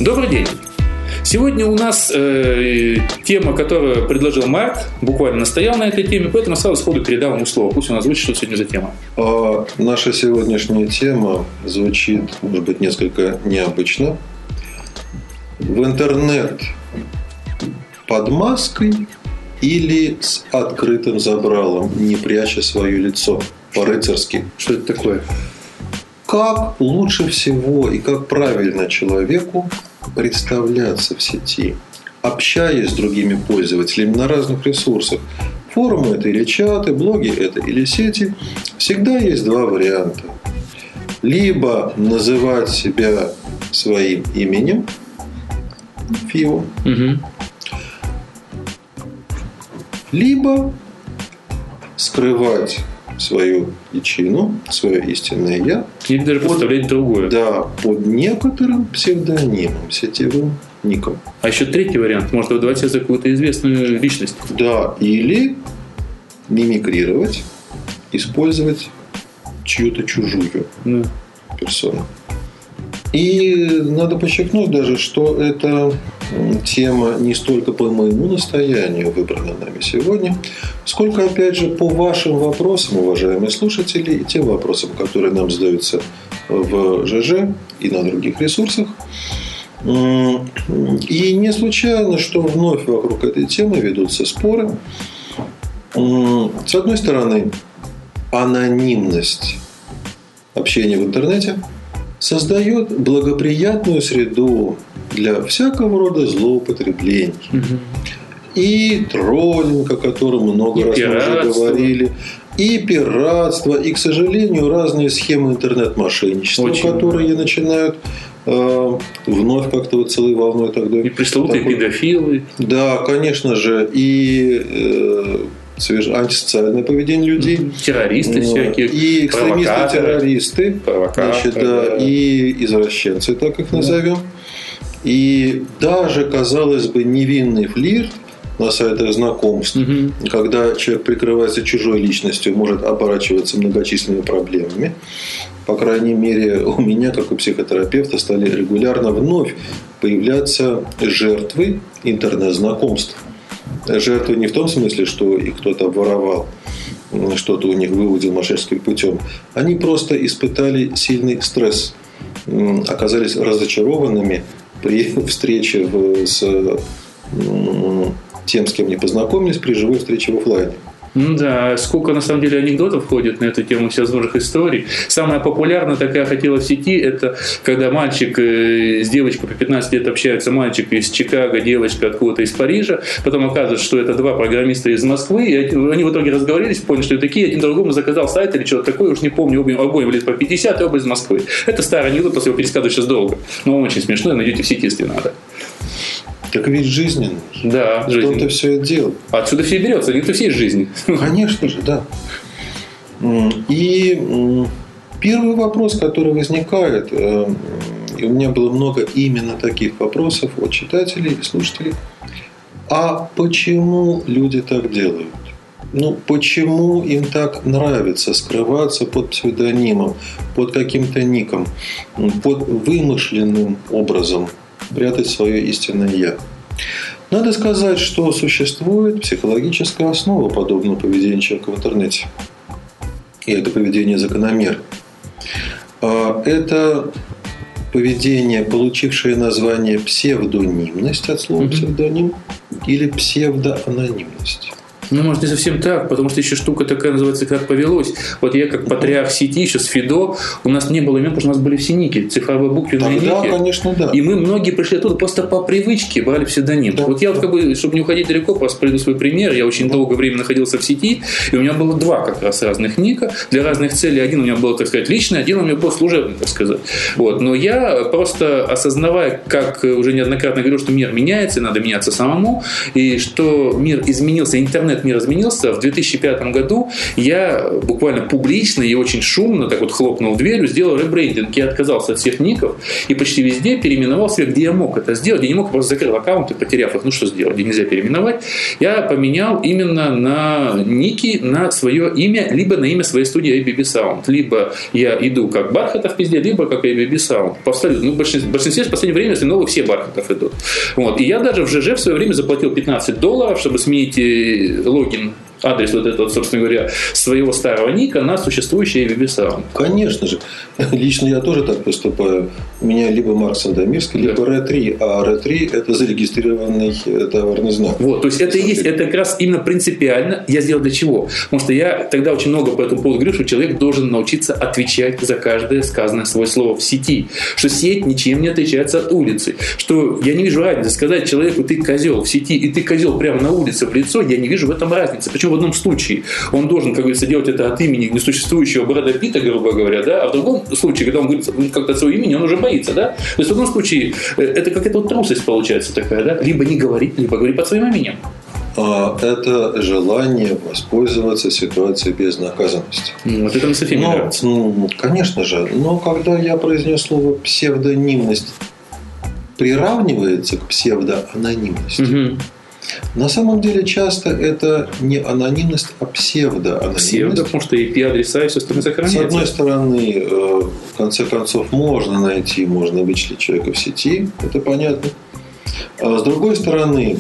Добрый день. Сегодня у нас тема, которую предложил Марк, буквально настоял на этой теме, поэтому сразу сходу передам ему слово. Пусть он озвучит, что сегодня за тема. Наша сегодняшняя тема звучит, может быть, несколько необычно. В интернет под маской или с открытым забралом, не пряча свое лицо по-рыцарски. Что это такое? Как лучше всего и как правильно человеку представляться в сети, общаясь с другими пользователями на разных ресурсах? Форумы это или чаты, блоги это или сети. Всегда есть два варианта. Либо называть себя своим именем, Фио, либо скрывать свою личину, свое истинное «я». Или даже подставлять другое. Да, под некоторым псевдонимом, сетевым ником. А еще третий вариант. Может выдавать себя за какую-то известную личность. Да, или мимикрировать, использовать чью-то чужую персону. И надо подчеркнуть даже, что эта тема не столько по моему настоянию выбрана нами сегодня, сколько, опять же, по вашим вопросам, уважаемые слушатели, и тем вопросам, которые нам задаются в ЖЖ и на других ресурсах. И не случайно, что вновь вокруг этой темы ведутся споры. С одной стороны, анонимность общения в интернете создает благоприятную среду для всякого рода злоупотреблений. И троллинг, о котором много раз мы уже говорили, и пиратство, и, к сожалению, разные схемы интернет-мошенничества, которые начинают вновь как-то вот целой волной тогда. И пресловутые педофилы. Да, конечно же, и антисоциальное поведение людей. Террористы всякие. И экстремисты-террористы. Значит, да, и извращенцы, так их назовем. И даже, казалось бы, невинный флирт на сайтах знакомств, когда человек прикрывается чужой личностью, может оборачиваться многочисленными проблемами. По крайней мере, у меня, как у психотерапевта, стали регулярно вновь появляться жертвы интернет-знакомств. Жертвы не в том смысле, что их кто-то обворовал, что-то у них выудил мошенническим путем. Они просто испытали сильный стресс, оказались разочарованными при встрече с тем, с кем не познакомились, при живой встрече в офлайне. Да, сколько на самом деле анекдотов ходит на эту тему всевозможных историй. Самая популярная такая хотела в сети, это когда мальчик с девочкой по 15 лет общаются, мальчик из Чикаго, девочка откуда-то из Парижа, потом оказывается, что это два программиста из Москвы, и они в итоге разговорились, поняли, что такие, один другому заказал сайт или что-то такое, уж не помню, обоим лет по 50, и оба из Москвы. Это старый анекдот, после его пересказывать сейчас долго, но он очень смешной, найдете в сети, если надо. Так ведь жизненно. Да, жизненно. Кто-то все это делал. Отсюда все берется, это все из жизни. Конечно же, да. И первый вопрос, который возникает, и у меня было много именно таких вопросов от читателей и слушателей. А почему люди так делают? Почему им так нравится скрываться под псевдонимом, под каким-то ником, под вымышленным образом прятать свое истинное «я»? Надо сказать, что существует психологическая основа подобного поведения человека в интернете. И это поведение закономерно. Это поведение, получившее название псевдонимность от слова псевдоним или псевдоанонимность. Может, не совсем так, потому что еще штука такая называется, как повелось. Вот я как патриарх сети, еще с Фидо, у нас не было имен, потому что у нас были все ники, цифрово-буквенные ники. Да, конечно, да. И мы многие пришли оттуда просто по привычке брали псевдоним. Да. Вот я чтобы не уходить далеко, просто приведу свой пример. Я очень долгое время находился в сети, и у меня было два как раз разных ника для разных целей. Один у меня был, так сказать, личный, один у меня был служебный, так сказать. Вот. Но я просто осознавая, как уже неоднократно говорил, что мир меняется, и надо меняться самому, и что мир изменился, интернет интернет мир изменился. В 2005 году я буквально публично и очень шумно так вот хлопнул дверью, сделал ребрендинг. Я отказался от всех ников и почти везде переименовал себя, где я мог это сделать. Я не мог, просто закрыл аккаунты, потеряв их. Ну что сделать, где нельзя переименовать. Я поменял именно на ники, на свое имя, либо на имя своей студии ABB Sound. Либо я иду как Бархатов везде, либо как ABB Sound. Повторю, в большинстве в последнее время, если новые, все Бархатов идут. Вот. И я даже в ЖЖ в свое время заплатил $15, чтобы сменить логин, адрес вот этого, собственно говоря, своего старого ника на существующий ABB Sound. Конечно же. Лично я тоже так поступаю. У меня либо Марк Сандомирский, либо Ре-3. А Ре-3 – это зарегистрированный товарный знак. Вот, то есть это есть, это как раз именно принципиально. Я сделал для чего? Потому что я тогда очень много по этому поводу говорю, что человек должен научиться отвечать за каждое сказанное свое слово в сети. Что сеть ничем не отличается от улицы. Что я не вижу разницы. Сказать человеку, ты козел в сети, и ты козел прямо на улице в лицо, я не вижу в этом разницы. Почему в одном случае он должен, как говорится, делать это от имени несуществующего Брэда Питта, грубо говоря, да, а в другом случае, когда он говорит как-то от своего имени, он уже боится, да. То есть в одном случае это какая-то вот трусость получается такая, да, либо не говорить, либо говорить под своим именем. Это желание воспользоваться ситуацией безнаказанности. Вот это мне совсем не нравится. Конечно же, но когда я произнес слово псевдонимность, приравнивается к псевдоанонимности. Угу. На самом деле часто это не анонимность, а псевдоанонимность. Псевдо, потому что IP-адреса и все остальное сохраняется. С одной стороны, в конце концов, можно найти, можно вычислить человека в сети, это понятно. А с другой стороны,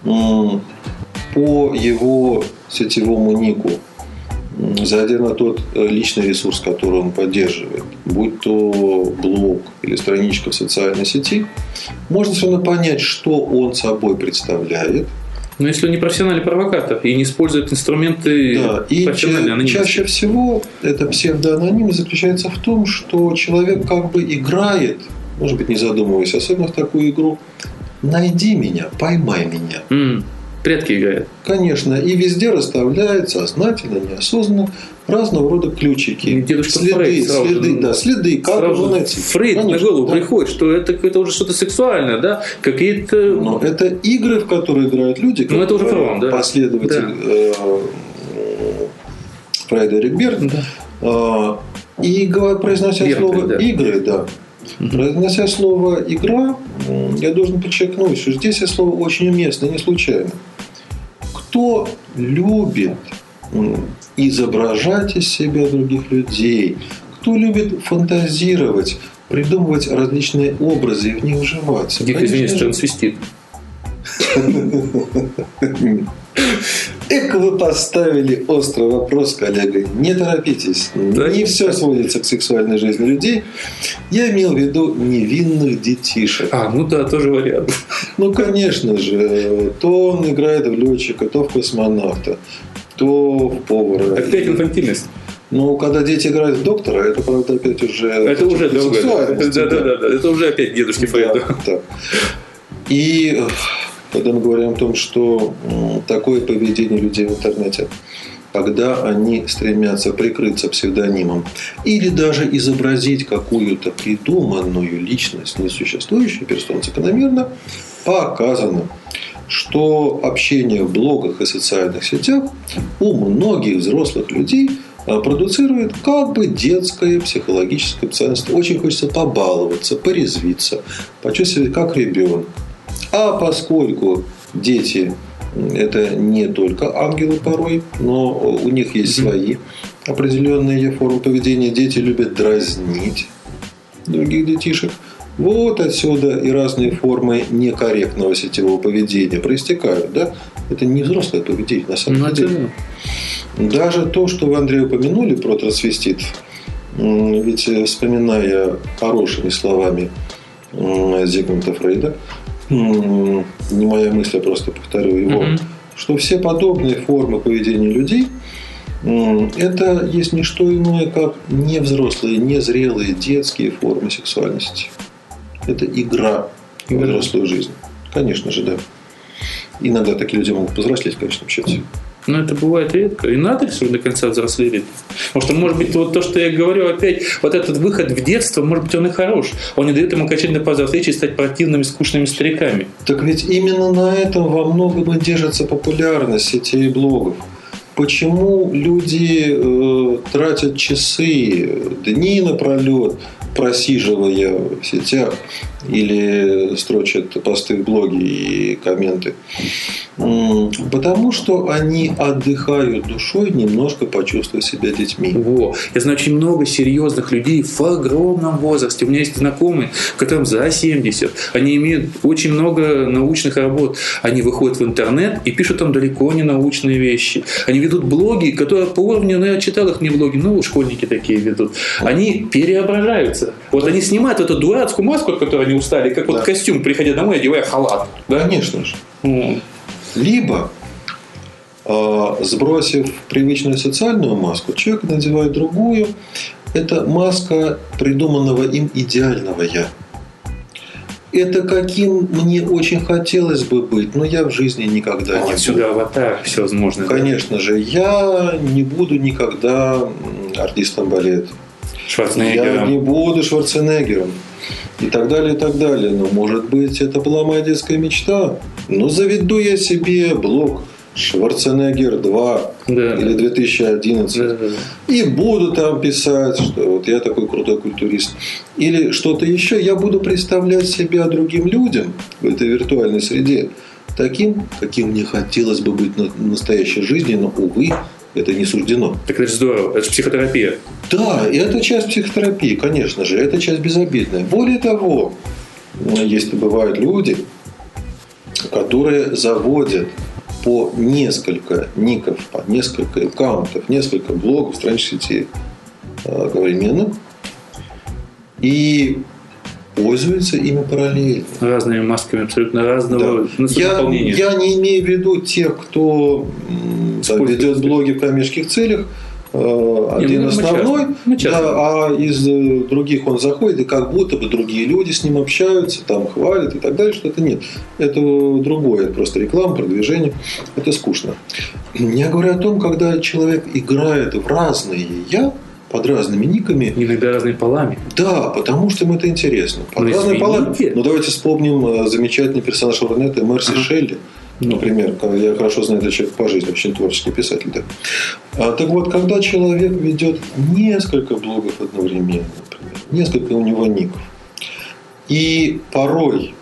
по его сетевому нику, зайдя на тот личный ресурс, который он поддерживает, будь то блог или страничка в социальной сети, можно все равно понять, что он собой представляет. Но если он не профессиональный провокатор и не использует инструменты профессиональной анонимности. Чаще всего эта псевдоанонимность заключается в том, что человек как бы играет, может быть, не задумываясь, особенно в такую игру «найди меня, поймай меня». Предки играют. Конечно, и везде расставляют сознательно, неосознанно разного рода ключики. Следы, как его найти. Фрейд на голову приходит, что это уже что-то сексуальное, да? Какие-то... Но это игры, в которые играют люди, как это уже фрейм, да? Последователь Фрейда Рикберт. Да. И произнося слово «игры», да. Произнося слово «игра», я должен подчеркнуть, что здесь это слово очень уместно, не случайно. Кто любит изображать из себя других людей, кто любит фантазировать, придумывать различные образы и в них вживаться. Дико извините, что он свистит. Эко вы поставили острый вопрос, коллега. Не торопитесь. Не все сводится к сексуальной жизни людей. Я имел в виду невинных детишек. Тоже вариант. Конечно же. То он играет в летчика, то в космонавта, то в повара. Опять инфантильность. Когда дети играют в доктора, это, правда, опять уже... Это уже другое. Да. Это уже опять дедушки Фрейда. И... Когда мы говорим о том, что такое поведение людей в интернете, когда они стремятся прикрыться псевдонимом или даже изобразить какую-то придуманную личность, несуществующую персону, закономерно показано, что общение в блогах и социальных сетях у многих взрослых людей продуцирует как бы детское психологическое постоянство. Очень хочется побаловаться, порезвиться, почувствовать себя как ребенок. А поскольку дети – это не только ангелы порой, но у них есть свои определенные формы поведения. Дети любят дразнить других детишек. Вот отсюда и разные формы некорректного сетевого поведения проистекают. Да? Это не взрослое поведение, на самом деле. Даже то, что вы, Андрей, упомянули про трансвестит, ведь вспоминая хорошими словами Зигмунда Фрейда, не моя мысль, я просто повторю его, что все подобные формы поведения людей это есть не что иное, как невзрослые, незрелые детские формы сексуальности. Это игра в взрослую жизнь. Конечно же, да. Иногда такие люди могут повзрослеть в конечном счете. Но это бывает редко. И надо ли, чтобы до конца взрослели? Потому что, может быть, вот то, что я говорю опять, вот этот выход в детство, может быть, он и хорош. Он не дает им окончательно повзрослеть и стать противными, скучными стариками. Так ведь именно на этом во многом и держится популярность сетей и блогов. Почему люди тратят часы, дни напролет, просиживая в сетях или строчат посты в блоге и комменты? Потому что они отдыхают душой, немножко почувствуя себя детьми. Я знаю очень много серьезных людей в огромном возрасте. У меня есть знакомые, которым за 70. Они имеют очень много научных работ. Они выходят в интернет и пишут там далеко не научные вещи. Они ведут блоги, которые по уровню, я читал их не блоги, школьники такие ведут. Они преображаются. Вот они снимают эту дурацкую маску, от которой они устали, как вот костюм, приходя домой, одевая халат. Да? Конечно же. Либо, сбросив привычную социальную маску, человек надевает другую. Это маска придуманного им идеального «я». Это каким мне очень хотелось бы быть, но я в жизни никогда не буду. Отсюда аватар всевозможный. Конечно же, я не буду никогда артистом балета. Шварценеггером. Я не буду Шварценеггером. И так далее, и так далее. Но, может быть, это была моя детская мечта. Заведу я себе блог Шварценеггер 2 или 2011. И буду там писать, что вот я такой крутой культурист. Или что-то еще. Я буду представлять себя другим людям в этой виртуальной среде таким, каким мне хотелось бы быть в настоящей жизни, но, увы, это не суждено. Так это же здорово, это же психотерапия. Да, и это часть психотерапии, конечно же, это часть безобидная. Более того, если бывают люди, которые заводят по несколько ников, по несколько аккаунтов, несколько блогов, страничек сети одновременно и пользуются ими параллельно. Разными масками абсолютно разного наполнения. Я не имею в виду тех, кто ведет блоги в коммерческих целях. Один основной, а из других он заходит, и как будто бы другие люди с ним общаются, там хвалят и так далее, что-то нет. Это другое, это просто реклама, продвижение. Это скучно. Я говорю о том, когда человек играет в разные «я», под разными никами. Иногда разными полами. Да, потому что им это интересно. Под разными полами. Давайте вспомним замечательный персонаж Рунета Мерси Шелли. Например, я хорошо знаю этот человек по жизни, очень творческий писатель. Да. Так вот, когда человек ведет несколько блогов одновременно, например, несколько у него ников, и порой,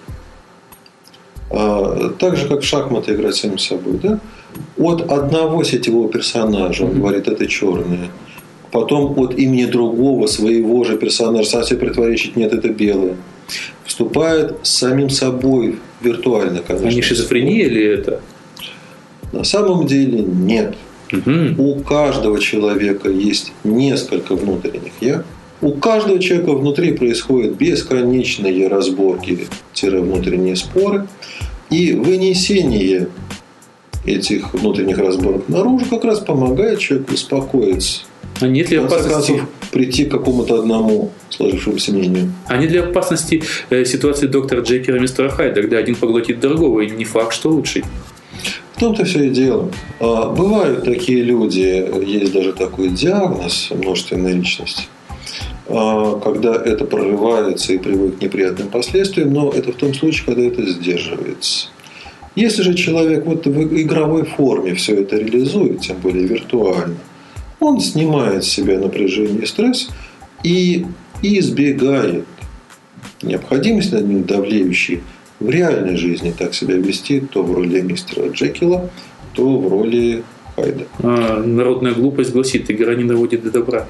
так же, как в шахматы играть самим собой, да, от одного сетевого персонажа он говорит, это черное, потом от имени другого своего же персонажа сам себе противоречит, нет, это белое. Вступает с самим собой виртуально, конечно. А не шизофрения ли это? На самом деле нет. У каждого человека есть несколько внутренних «я». У каждого человека внутри происходят бесконечные разборки-внутренние споры. И вынесение этих внутренних разборок наружу как раз помогает человеку успокоиться. А нет ли опасности прийти к какому-то одному сложившемуся мнению? А нет ли опасности ситуации доктора Джекила и мистера Хайда, когда один поглотит другого, и не факт, что лучший? В том-то все и дело. Бывают такие люди, есть даже такой диагноз множественной личности, когда это прорывается и приводит к неприятным последствиям, но это в том случае, когда это сдерживается. Если же человек в игровой форме все это реализует, тем более виртуально, он снимает с себя напряжение и стресс и избегает необходимости над ним давлеющей в реальной жизни так себя вести, то в роли мистера Джекила, то в роли Хайда. Народная глупость гласит, игра не наводит до добра.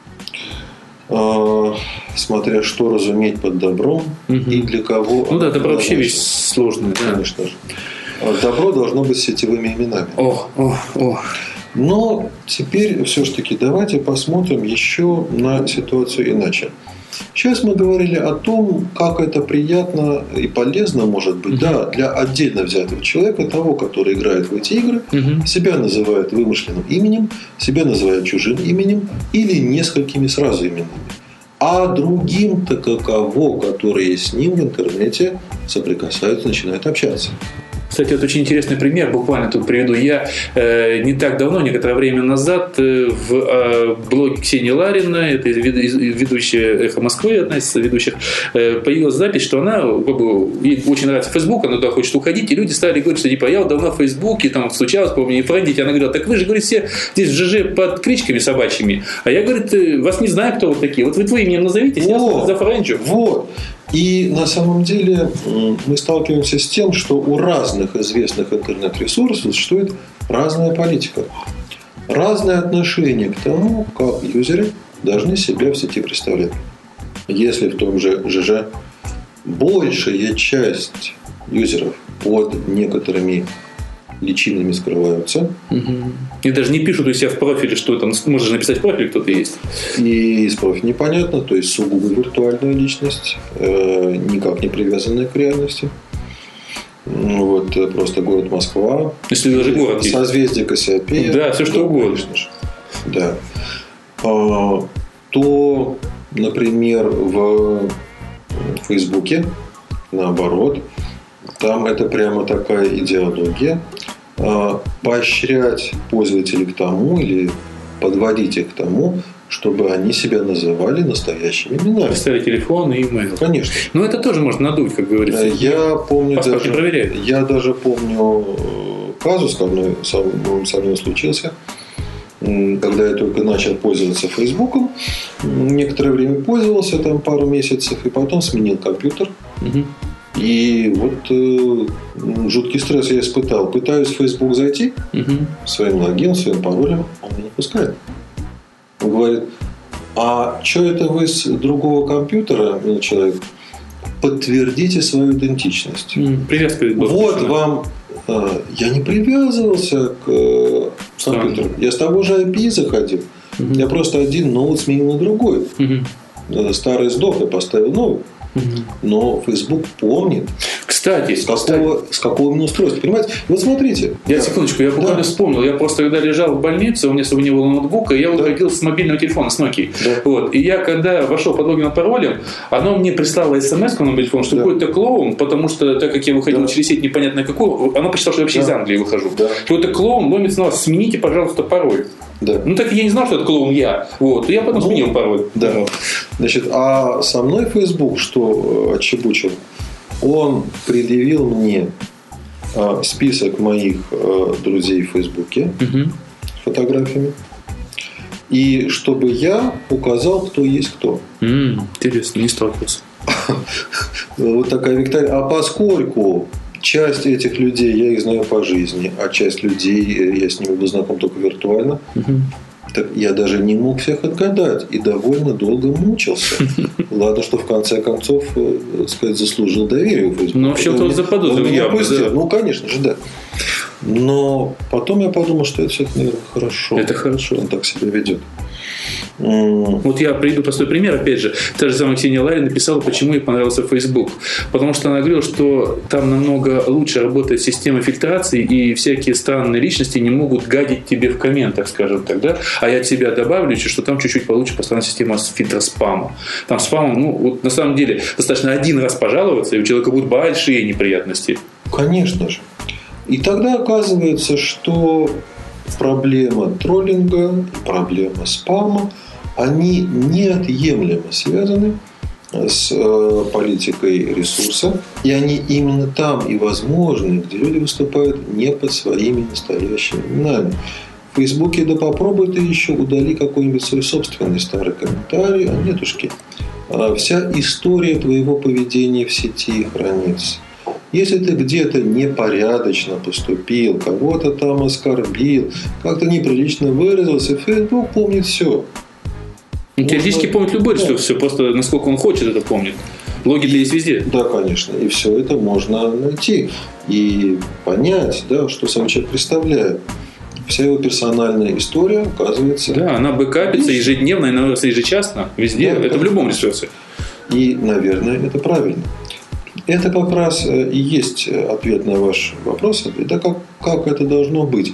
Смотря что разуметь под добром и для кого. Ну да, добро вообще вещь сложная. Конечно же. Добро должно быть сетевыми именами. О. Но теперь все-таки давайте посмотрим еще на ситуацию иначе. Сейчас мы говорили о том, как это приятно и полезно может быть для отдельно взятого человека, того, который играет в эти игры, себя называет вымышленным именем, себя называет чужим именем или несколькими сразу именами. А другим-то каково, которые с ним в интернете соприкасаются, начинают общаться. Кстати, вот очень интересный пример, буквально тут приведу. Я не так давно, некоторое время назад, в блоге Ксении Лариной, это ведущая «Эхо Москвы», одна из ведущих, появилась запись, что она, ей очень нравится Facebook, она туда хочет уходить, и люди стали говорить, что типа, я вот давно в Фейсбуке, там случалось, помню, и френдить, она говорила, так вы же, говорит, все здесь в ЖЖ под кличками собачьими, а я, говорит, вас не знаю, кто вы такие, вот вы твоим именем назовитесь, я вас зафренджу. Вот. И на самом деле мы сталкиваемся с тем, что у разных известных интернет-ресурсов существует разная политика, разное отношение к тому, как юзеры должны себя в сети представлять. Если в том же ЖЖ большая часть юзеров под некоторыми личинами скрываются. И даже не пишут у себя в профиле, что там можешь написать в профиле, кто-то есть. И из профиля непонятно, то есть сугубо виртуальная личность, никак не привязанная к реальности. Вот просто город Москва. Если даже город есть. Созвездие Кассиопея. Да, все что угодно. Конечно же. Да. То, например, в Фейсбуке, наоборот, там это прямо такая идеология поощрять пользователей к тому или подводить их к тому, чтобы они себя называли настоящими именами. Поставили телефон и имейл. Конечно. Но это тоже можно надуть, как говорится. Я помню даже помню казус, который со мной случился. Когда я только начал пользоваться Фейсбуком, некоторое время пользовался, там пару месяцев, и потом сменил компьютер. И вот жуткий стресс я испытал. Пытаюсь в Facebook зайти своим логином, своим паролем, он меня не пускает. Он говорит, а что это вы с другого компьютера, милый человек, подтвердите свою идентичность. Привязка. Вот вам... Я не привязывался к компьютеру. Я с того же IP заходил. Я просто один ноут сменил на другой. Старый сдох, я поставил новый. Но Facebook помнит. Кстати, с какого именно устройства. Понимаете? Вот смотрите. Секундочку, я буквально вспомнил. Я просто когда лежал в больнице, у меня с собой не было ноутбука, я выходил с мобильного телефона, с Nokia. Вот. И я когда вошел под логином и паролем, оно мне прислало смс-ку на мой телефон, что какой-то клоун, потому что так как я выходил через сеть непонятно какую, оно посчитало, что я вообще из Англии выхожу. Какой-то клоун ломится на вас, смените, пожалуйста, пароль. Да. Ну так я не знал, что это клоун я. Вот. И я потом сменил пароль. Да. Значит, а со мной Facebook, что отчебучил, он предъявил мне список моих друзей в Фейсбуке с фотографиями. И чтобы я указал, кто есть кто. Интересно, не сталкивался. Вот такая виктория. А поскольку часть этих людей я их знаю по жизни, а часть людей я с ними был знаком только виртуально, так я даже не мог всех отгадать и довольно долго мучился. Ладно, что в конце концов, сказать, заслужил доверие у Фейсбука. Ну, вообще, кто заподозрил явно, да. Ну, конечно же, да. Но потом я подумал, что это все-таки, наверное, хорошо. Это хорошо. Он так себя ведет. Вот я приведу простой пример, опять же. Та же самая Ксения Ларин написала, почему ей понравился Facebook. Потому что она говорила, что там намного лучше работает система фильтрации, и всякие странные личности не могут гадить тебе в комментах, скажем так, да? А я от себя добавлю, что там чуть-чуть получше построена система фильтра спама. Там спамом, ну, вот на самом деле, достаточно один раз пожаловаться, и у человека будут большие неприятности. Конечно же. И тогда оказывается, что проблема троллинга и проблема спама, они неотъемлемо связаны с политикой ресурса, и они именно там и возможны, где люди выступают не под своими настоящими именами. В Фейсбуке да попробуй ты еще удали какой-нибудь свой собственный старый комментарий, а нетушки. Вся история твоего поведения в сети хранится. Если ты где-то непорядочно поступил, кого-то там оскорбил, как-то неприлично выразился, Facebook помнит все. Теоретически помнит любой ресурс, все просто насколько он хочет, это помнит. Логи-то есть везде. Да, конечно. И все это можно найти и понять, да, что сам человек представляет. Вся его персональная история, оказывается... Да, она бэкапится ежедневно, и ежечасно, везде. Да, это в любом ресурсе. И, наверное, это правильно. Это как раз и есть ответ на ваш вопрос. Да, как это должно быть?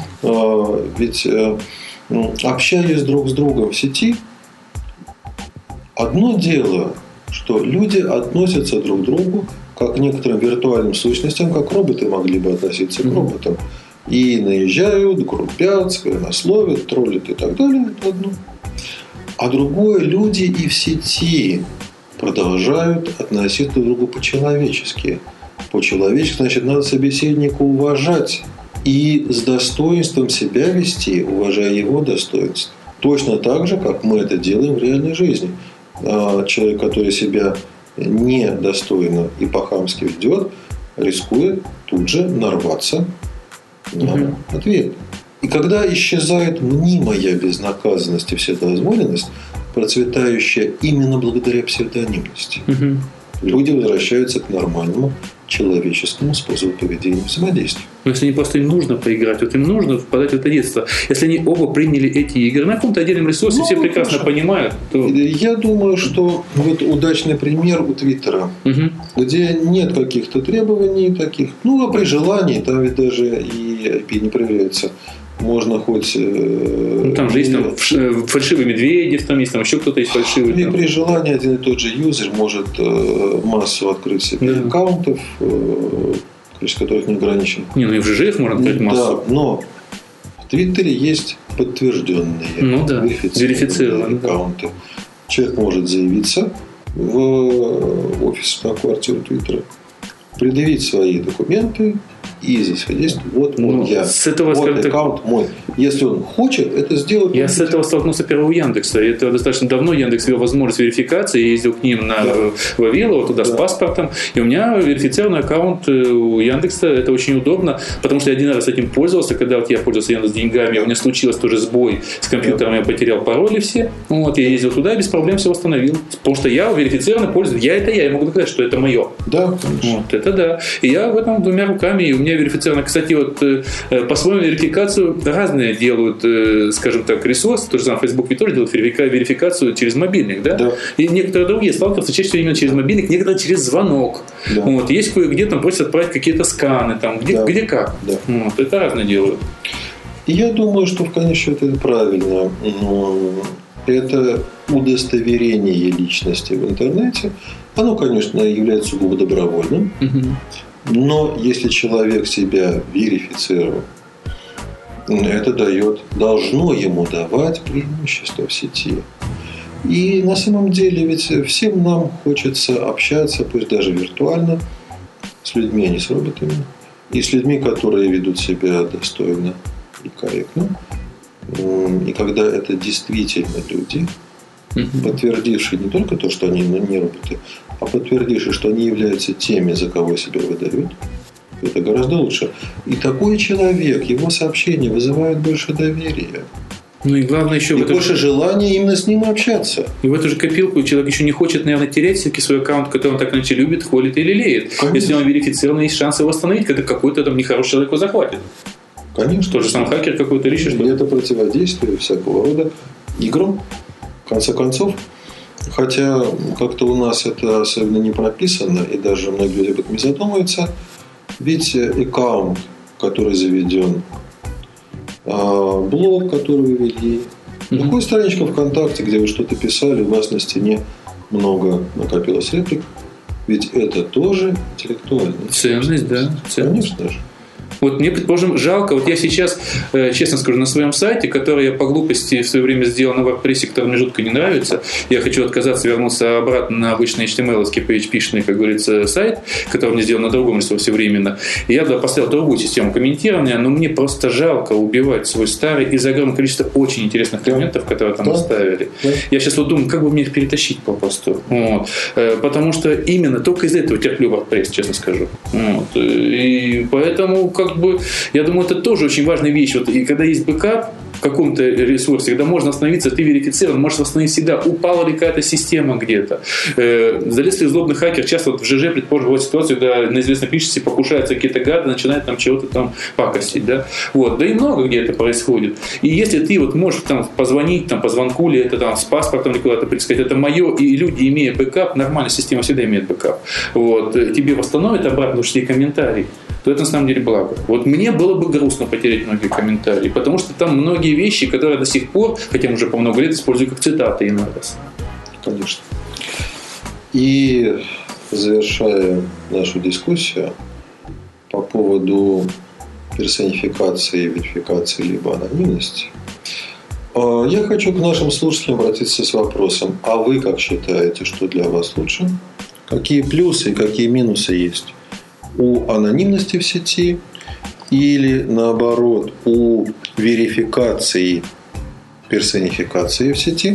Ведь общаясь друг с другом в сети, одно дело, что люди относятся друг к другу как к некоторым виртуальным сущностям, как роботы могли бы относиться к роботам. И наезжают, грубят, сквернословят, троллят и так далее. Это одно. А другое, люди и в сети продолжают относиться друг к другу по-человечески. По-человечески, значит, надо собеседника уважать и с достоинством себя вести, уважая его достоинство. Точно так же, как мы это делаем в реальной жизни. Человек, который себя недостойно и по-хамски ведет, рискует тут же нарваться на ответ. И когда исчезает мнимая безнаказанность и вседозволенность, процветающая именно благодаря псевдонимности, люди возвращаются к нормальному человеческому способу поведения и взаимодействия. Но если им просто нужно поиграть, вот им нужно впадать в это детство. Если они оба приняли эти игры на каком-то отдельном ресурсе, все прекрасно понимают, то... Я думаю, что вот удачный пример у Твиттера, где нет каких-то требований таких, а при желании, там ведь даже и IP не проверяется. Можно хоть... там же есть фальшивые медведи, там есть там еще кто-то есть фальшивый. И при желании один и тот же юзер может массу открыть себе аккаунтов, количество которых не ограничено. И в ЖЖ их можно открыть массу. Да, но в Твиттере есть подтвержденные, верифицированные аккаунты. Человек может заявиться в офис на квартиру Твиттера, предъявить свои документы и засвидетельствовать, вот мой я, вот аккаунт мой. Если он хочет это сделать... Я с этого столкнулся первого у Яндекса. Это достаточно давно Яндекс ввел возможность верификации. Я ездил к ним на Вавилово, туда с паспортом. И у меня верифицированный аккаунт у Яндекса. Это очень удобно, потому что я один раз этим пользовался. Когда вот я пользовался Яндекс деньгами, у меня случилось тоже сбой с компьютером, я потерял пароли все. Я ездил туда и без проблем все восстановил. Потому что я верифицированно пользуюсь. Я могу доказать, что это мое. Да, конечно. Это да. И я в этом двумя руками, и у меня верифицировано. Кстати, вот по-своему верификацию разные делают, скажем так, ресурсы. Тот же самый Facebook тоже делает верификацию через мобильник, да? И некоторые другие сталкиваются чаще всего именно через мобильник, некоторые через звонок. Да. Есть кое-где там просят отправить какие-то сканы, там, где как. Да. Это разные делают. И я думаю, что в конечном счете это правильно. Это удостоверение личности в интернете. Оно, конечно, является сугубо добровольным. Но если человек себя верифицировал, это должно ему давать преимущество в сети. И на самом деле ведь всем нам хочется общаться, пусть даже виртуально, с людьми, а не с роботами. И с людьми, которые ведут себя достойно и корректно. И когда это действительно люди, подтвердившие не только то, что они не роботы, а подтвердившие, что они являются теми, за кого себя выдают, это гораздо лучше. И такой человек, его сообщения вызывают больше доверия. И главное еще... И больше желания именно с ним общаться. И в эту же копилку человек еще не хочет, наверное, терять все-таки свой аккаунт, который он так иначе любит, холит или лелеет. Конечно. Если он верифицирован, есть шанс его восстановить, когда какой-то там нехороший человек его захватит. Конечно. Тот же сам хакер какой-то решит, что... Это противодействие всякого рода играм, в конце концов. Хотя как-то у нас это особенно не прописано, и даже многие люди об этом не задумываются. Ведь аккаунт, который заведен, блог, который вы вели, такая страничка ВКонтакте, где вы что-то писали, у вас на стене много накопилось реплик. Ведь это тоже интеллектуальная ценность, да? Конечно же. Вот мне, предположим, жалко, вот я сейчас, честно скажу, на своем сайте, который я по глупости в свое время сделал на WordPress, который мне жутко не нравится, я хочу отказаться, вернуться обратно на обычный HTML-овский, PHP-шный, как говорится, сайт, который мне сделал на другом ресурсе временно. И я туда поставил другую систему комментирования, но мне просто жалко убивать свой старый из-за огромного количества очень интересных комментов, которые там оставили. Я сейчас вот думаю, как бы мне их перетащить попросту. Потому что именно только из-за этого терплю WordPress, честно скажу. И поэтому я думаю, это тоже очень важная вещь. И когда есть бэкап в каком-то ресурсе, когда можно остановиться, ты верифицирован, можешь восстановить всегда. Упала ли какая-то система где-то. Залез ли злобный хакер, часто в ЖЖ, предположим, бывает ситуация, когда на известном пишете, покушаются какие-то гады, начинают там чего-то там пакостить. Да? Да и много где это происходит. И если ты можешь там позвонить, там, по звонку, или это там с паспортом, или куда-то предсказать, это мое, и люди, имея бэкап, нормальная система всегда имеет бэкап. Тебе восстановят обратно, потому что есть комментарии, то это на самом деле благо. Мне было бы грустно потерять многие комментарии, потому что там многие вещи, которые до сих пор, хотя уже по много лет, использую как цитаты иной раз. Конечно. И завершая нашу дискуссию по поводу персонификации, верификации либо анонимности, я хочу к нашим слушателям обратиться с вопросом: а вы как считаете, что для вас лучше? Какие плюсы и какие минусы есть у анонимности в сети или, наоборот, у верификации, персонификации в сети?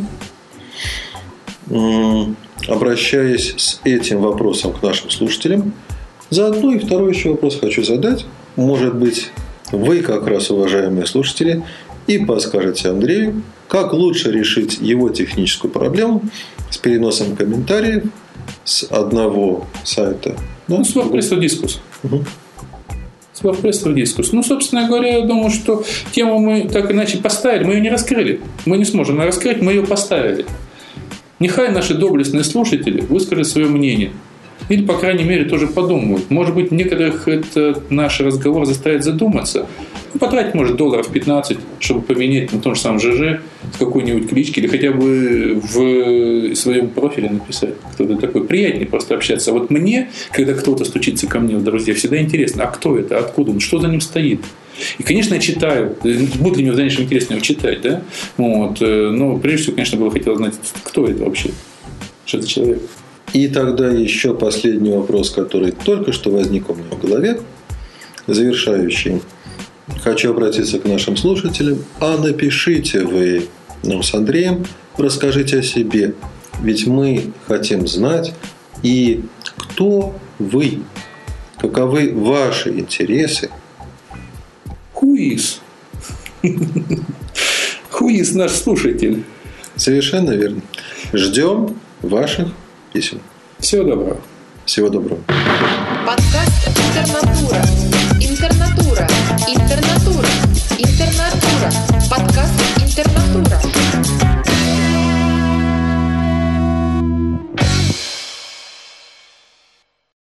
Обращаясь с этим вопросом к нашим слушателям, заодно и второй еще вопрос хочу задать. Может быть, вы, как раз, уважаемые слушатели, и подскажете Андрею, как лучше решить его техническую проблему с переносом комментариев с одного сайта. С WordPress дискус. С WordPress дискус. Собственно говоря, я думаю, что тему мы так иначе поставили, мы ее не раскрыли. Мы не сможем ее раскрыть, мы ее поставили. Нехай наши доблестные слушатели выскажут свое мнение. Или, по крайней мере, тоже подумают. Может быть, некоторых этот наш разговор заставит задуматься. Потратить, может, $15, чтобы поменять на том же самом ЖЖ с какой-нибудь клички, или хотя бы в своем профиле написать, кто-то такой. Приятнее просто общаться. А вот мне, когда кто-то стучится ко мне в друзья, всегда интересно, а кто это, откуда он, что за ним стоит. И, конечно, я читаю. Будет ли мне в дальнейшем интересно его читать, да? Но прежде всего, конечно, было хотелось знать, кто это вообще, что это человек. И тогда еще последний вопрос, который только что возник у меня в голове, завершающий. Хочу обратиться к нашим слушателям. А напишите вы нам с Андреем, расскажите о себе. Ведь мы хотим знать, и кто вы, каковы ваши интересы. Who is? Who is наш слушатель? Совершенно верно. Ждем ваших писем. Всего доброго. Всего доброго. Подкаст Интернатура.